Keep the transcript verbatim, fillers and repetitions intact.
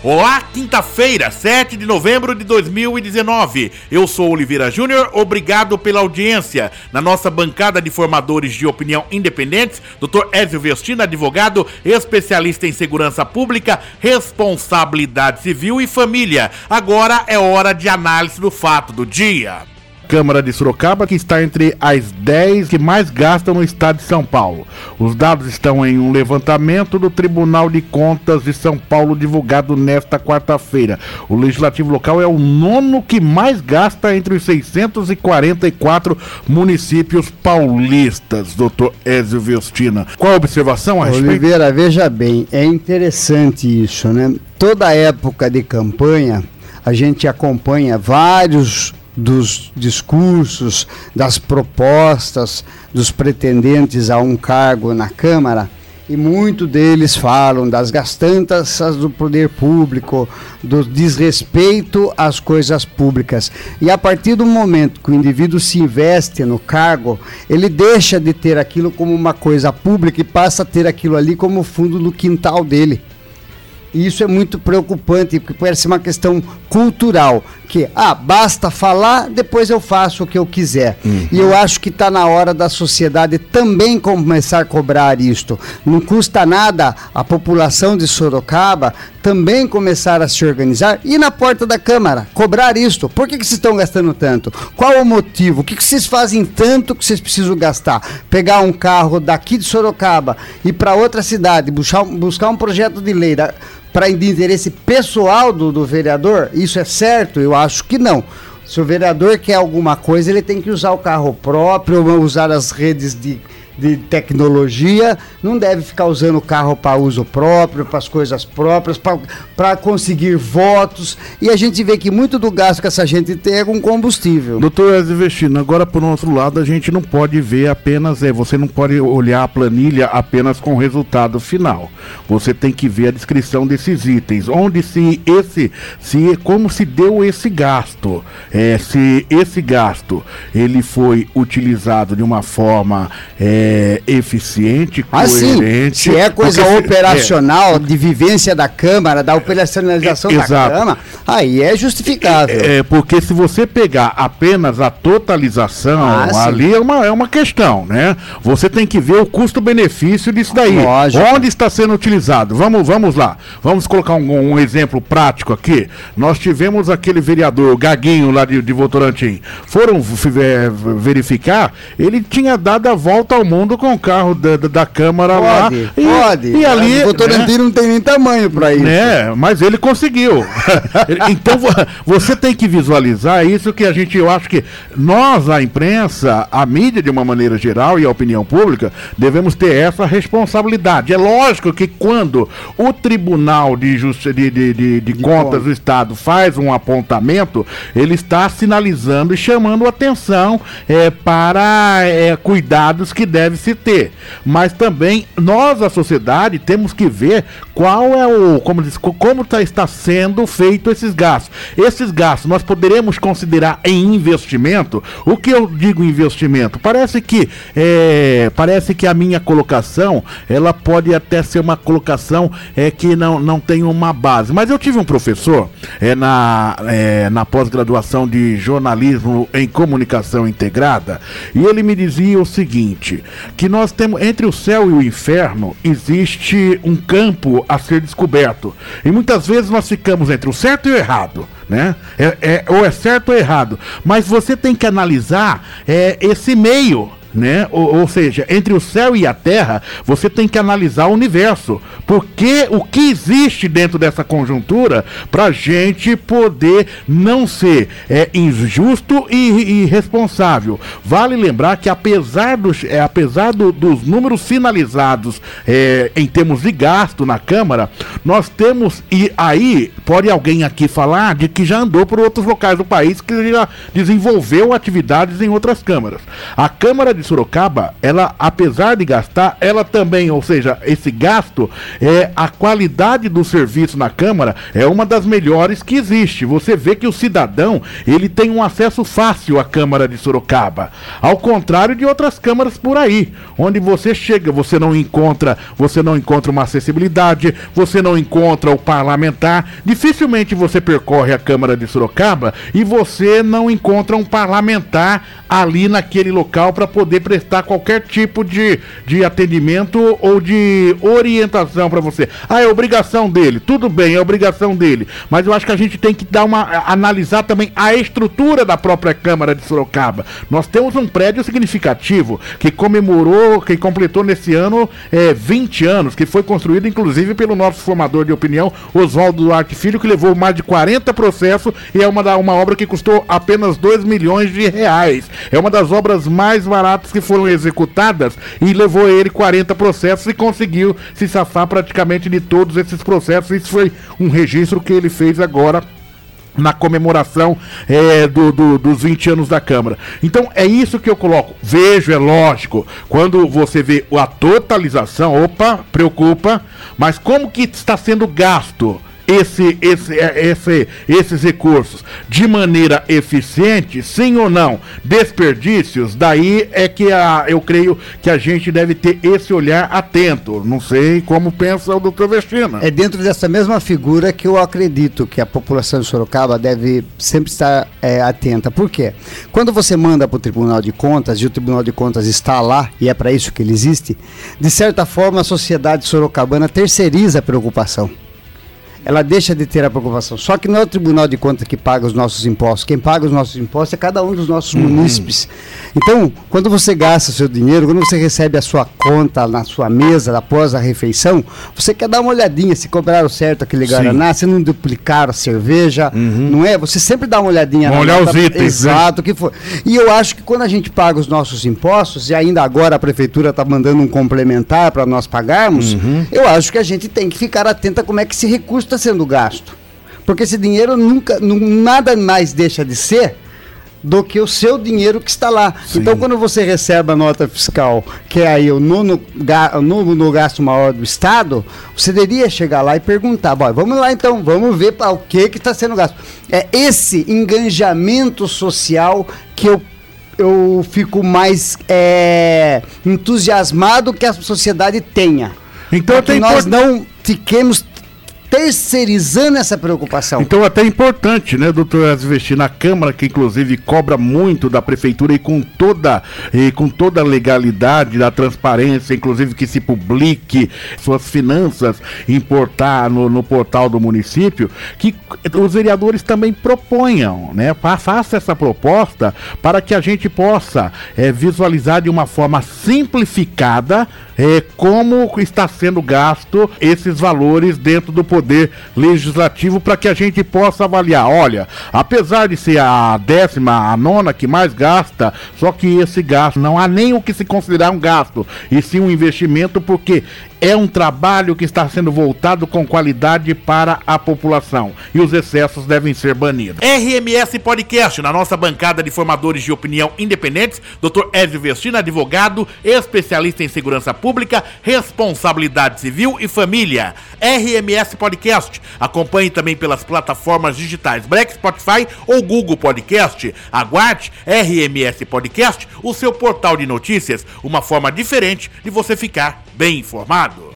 Olá, quinta-feira, sete de novembro de dois mil e dezenove. Eu sou Oliveira Júnior, obrigado pela audiência. Na nossa bancada de formadores de opinião independentes, doutor Ézio Vestina, advogado, especialista em segurança pública, responsabilidade civil e família. Agora é hora de análise do fato do dia. Câmara de Sorocaba, que está entre as dez que mais gastam no estado de São Paulo. Os dados estão em um levantamento do Tribunal de Contas de São Paulo, divulgado nesta quarta-feira. O Legislativo local é o nono que mais gasta entre os seiscentos e quarenta e quatro municípios paulistas. doutor Ézio Vestina, qual a observação a respeito? Oliveira, veja bem, é interessante isso, né? Toda época de campanha, a gente acompanha vários dos discursos, das propostas dos pretendentes a um cargo na Câmara, e muitos deles falam das gastanças do poder público, do desrespeito às coisas públicas. E a partir do momento que o indivíduo se investe no cargo, ele deixa de ter aquilo como uma coisa pública e passa a ter aquilo ali como fundo do quintal dele. E isso é muito preocupante, porque parece uma questão cultural, que, ah, basta falar, depois eu faço o que eu quiser. Uhum. E eu acho que está na hora da sociedade também começar a cobrar isto. Não custa nada a população de Sorocaba também começar a se organizar e ir na porta da Câmara, cobrar isto. Por que que vocês estão gastando tanto? Qual o motivo? O que que vocês fazem tanto que vocês precisam gastar? Pegar um carro daqui de Sorocaba e ir para outra cidade, buscar, buscar um projeto de lei da, para de interesse pessoal do, do vereador? Isso é certo? Eu acho que não. Se o vereador quer alguma coisa, ele tem que usar o carro próprio, usar as redes de, de tecnologia, não deve ficar usando o carro para uso próprio, para as coisas próprias, para conseguir votos. E a gente vê que muito do gasto que essa gente tem é com combustível. doutor Ézio Vestina, agora por outro lado, a gente não pode ver apenas, é, você não pode olhar a planilha apenas com o resultado final. Você tem que ver a descrição desses itens, onde se esse, se, como se deu esse gasto, é, se esse gasto, ele foi utilizado de uma forma é, eficiente, ah, coerente. Sim. Se é coisa operacional, é, de vivência da Câmara, da operacionalização é, da Câmara, aí é justificável. É, é, porque se você pegar apenas a totalização, ah, ali é uma, é uma questão, né? Você tem que ver o custo-benefício disso daí. Lógico. Onde está sendo utilizado? Vamos, vamos lá. Vamos colocar um, um exemplo prático aqui. Nós tivemos aquele vereador, o Gaguinho, lá de, de Votorantim. Foram é, verificar, ele tinha dado a volta ao mundo com o carro da, da, da Câmara pode, lá. E, pode. E ali, o Votorantim, né, não tem nem tamanho para isso. É, mas ele conseguiu. Então você tem que visualizar isso, que a gente, eu acho que nós, a imprensa, a mídia de uma maneira geral e a opinião pública, devemos ter essa responsabilidade. É lógico que quando o Tribunal de, Justi- de, de, de, de, de Contas do Estado faz um apontamento, ele está sinalizando e chamando atenção é, para é, cuidados que deve se ter. Mas também nós, a sociedade, temos que ver qual é o, como diz, como tá, está sendo feito esses gastos. Esses gastos nós poderemos considerar em investimento. O que eu digo investimento? Parece que é, parece que a minha colocação, ela pode até ser uma colocação é, que não, não tem uma base. Mas eu tive um professor é, na, é, na pós-graduação de jornalismo em comunicação integrada, e ele me dizia o seguinte, que nós temos, entre o céu e o inferno, existe um campo a ser descoberto. E muitas vezes nós ficamos entre o certo e o errado, né? É, é, ou é certo ou errado. Mas você tem que analisar é, esse meio, né? Ou, ou seja, entre o céu e a terra, você tem que analisar o universo, porque o que existe dentro dessa conjuntura para a gente poder não ser é, injusto e irresponsável. Vale lembrar que apesar, dos, é, apesar do, dos números finalizados é, em termos de gasto na Câmara, nós temos, e aí pode alguém aqui falar de que já andou por outros locais do país, que já desenvolveu atividades em outras câmaras. A Câmara de de Sorocaba, ela, apesar de gastar, ela também, ou seja, esse gasto, é, a qualidade do serviço na Câmara é uma das melhores que existe. Você vê que o cidadão, ele tem um acesso fácil à Câmara de Sorocaba, ao contrário de outras câmaras por aí, onde você chega, você não encontra, você não encontra uma acessibilidade, você não encontra o parlamentar, dificilmente você percorre a Câmara de Sorocaba e você não encontra um parlamentar ali naquele local para poder prestar qualquer tipo de, de atendimento ou de orientação para você. Ah, é obrigação dele, tudo bem, é obrigação dele, mas eu acho que a gente tem que dar uma, analisar também a estrutura da própria Câmara de Sorocaba. Nós temos um prédio significativo que comemorou, que completou nesse ano é, vinte anos, que foi construído inclusive pelo nosso formador de opinião, Oswaldo Duarte Filho, que levou mais de quarenta processos e é uma, da, uma obra que custou apenas dois milhões de reais. É uma das obras mais baratas que foram executadas e levou ele quarenta processos e conseguiu se safar praticamente de todos esses processos. Isso foi um registro que ele fez agora na comemoração é, do, do, dos vinte anos da Câmara. Então é isso que eu coloco. Vejo, é lógico, quando você vê a totalização, opa, preocupa, mas como que está sendo gasto Esse, esse, esse, esses recursos de maneira eficiente, sim ou não? Desperdícios, daí é que a, eu creio que a gente deve ter esse olhar atento. Não sei como pensa o doutor Vestina. É dentro dessa mesma figura que eu acredito que a população de Sorocaba deve sempre estar é, atenta. Por quê? Quando você manda para o Tribunal de Contas, e o Tribunal de Contas está lá, e é para isso que ele existe, de certa forma a sociedade sorocabana terceiriza a preocupação. Ela deixa de ter a preocupação. Só que não é o Tribunal de Contas que paga os nossos impostos. Quem paga os nossos impostos é cada um dos nossos uhum. munícipes. Então, quando você gasta o seu dinheiro, quando você recebe a sua conta na sua mesa após a refeição, você quer dar uma olhadinha se cobraram certo aquele Guaraná, se não duplicaram a cerveja, uhum. não é? Você sempre dá uma olhadinha Vamos na olhar nota, os itens. Exato, né? Que for. E eu acho que quando a gente paga os nossos impostos, e ainda agora a Prefeitura está mandando um complementar para nós pagarmos, uhum. eu acho que a gente tem que ficar atento a como é que esse recurso está sendo gasto, porque esse dinheiro nunca, nada mais deixa de ser do que o seu dinheiro que está lá. Sim. Então, quando você recebe a nota fiscal, que é aí o nono, o nono gasto maior do Estado, você deveria chegar lá e perguntar, bom, vamos lá então, vamos ver para o que que está sendo gasto. É esse engajamento social que eu eu fico mais é, entusiasmado que a sociedade tenha. Então, que nós import... não fiquemos terceirizando essa preocupação. Então até é importante, né, doutor Vestina, na Câmara, que inclusive cobra muito da Prefeitura e com toda, e com toda a legalidade, da transparência, inclusive que se publique suas finanças em portar, no, no portal do município, que os vereadores também proponham, né, faça essa proposta para que a gente possa é, visualizar de uma forma simplificada é, como está sendo gasto esses valores dentro do Poder Legislativo, para que a gente possa avaliar. Olha, apesar de ser a décima, a nona que mais gasta, só que esse gasto não há nem o que se considerar um gasto, e sim um investimento, porque é um trabalho que está sendo voltado com qualidade para a população e os excessos devem ser banidos. R M S Podcast, na nossa bancada de formadores de opinião independentes, doutor Ézio Vestina, advogado, especialista em segurança pública, responsabilidade civil e família. R M S Podcast, acompanhe também pelas plataformas digitais Black, Spotify ou Google Podcast. Aguarde R M S Podcast, o seu portal de notícias, uma forma diferente de você ficar bem informado.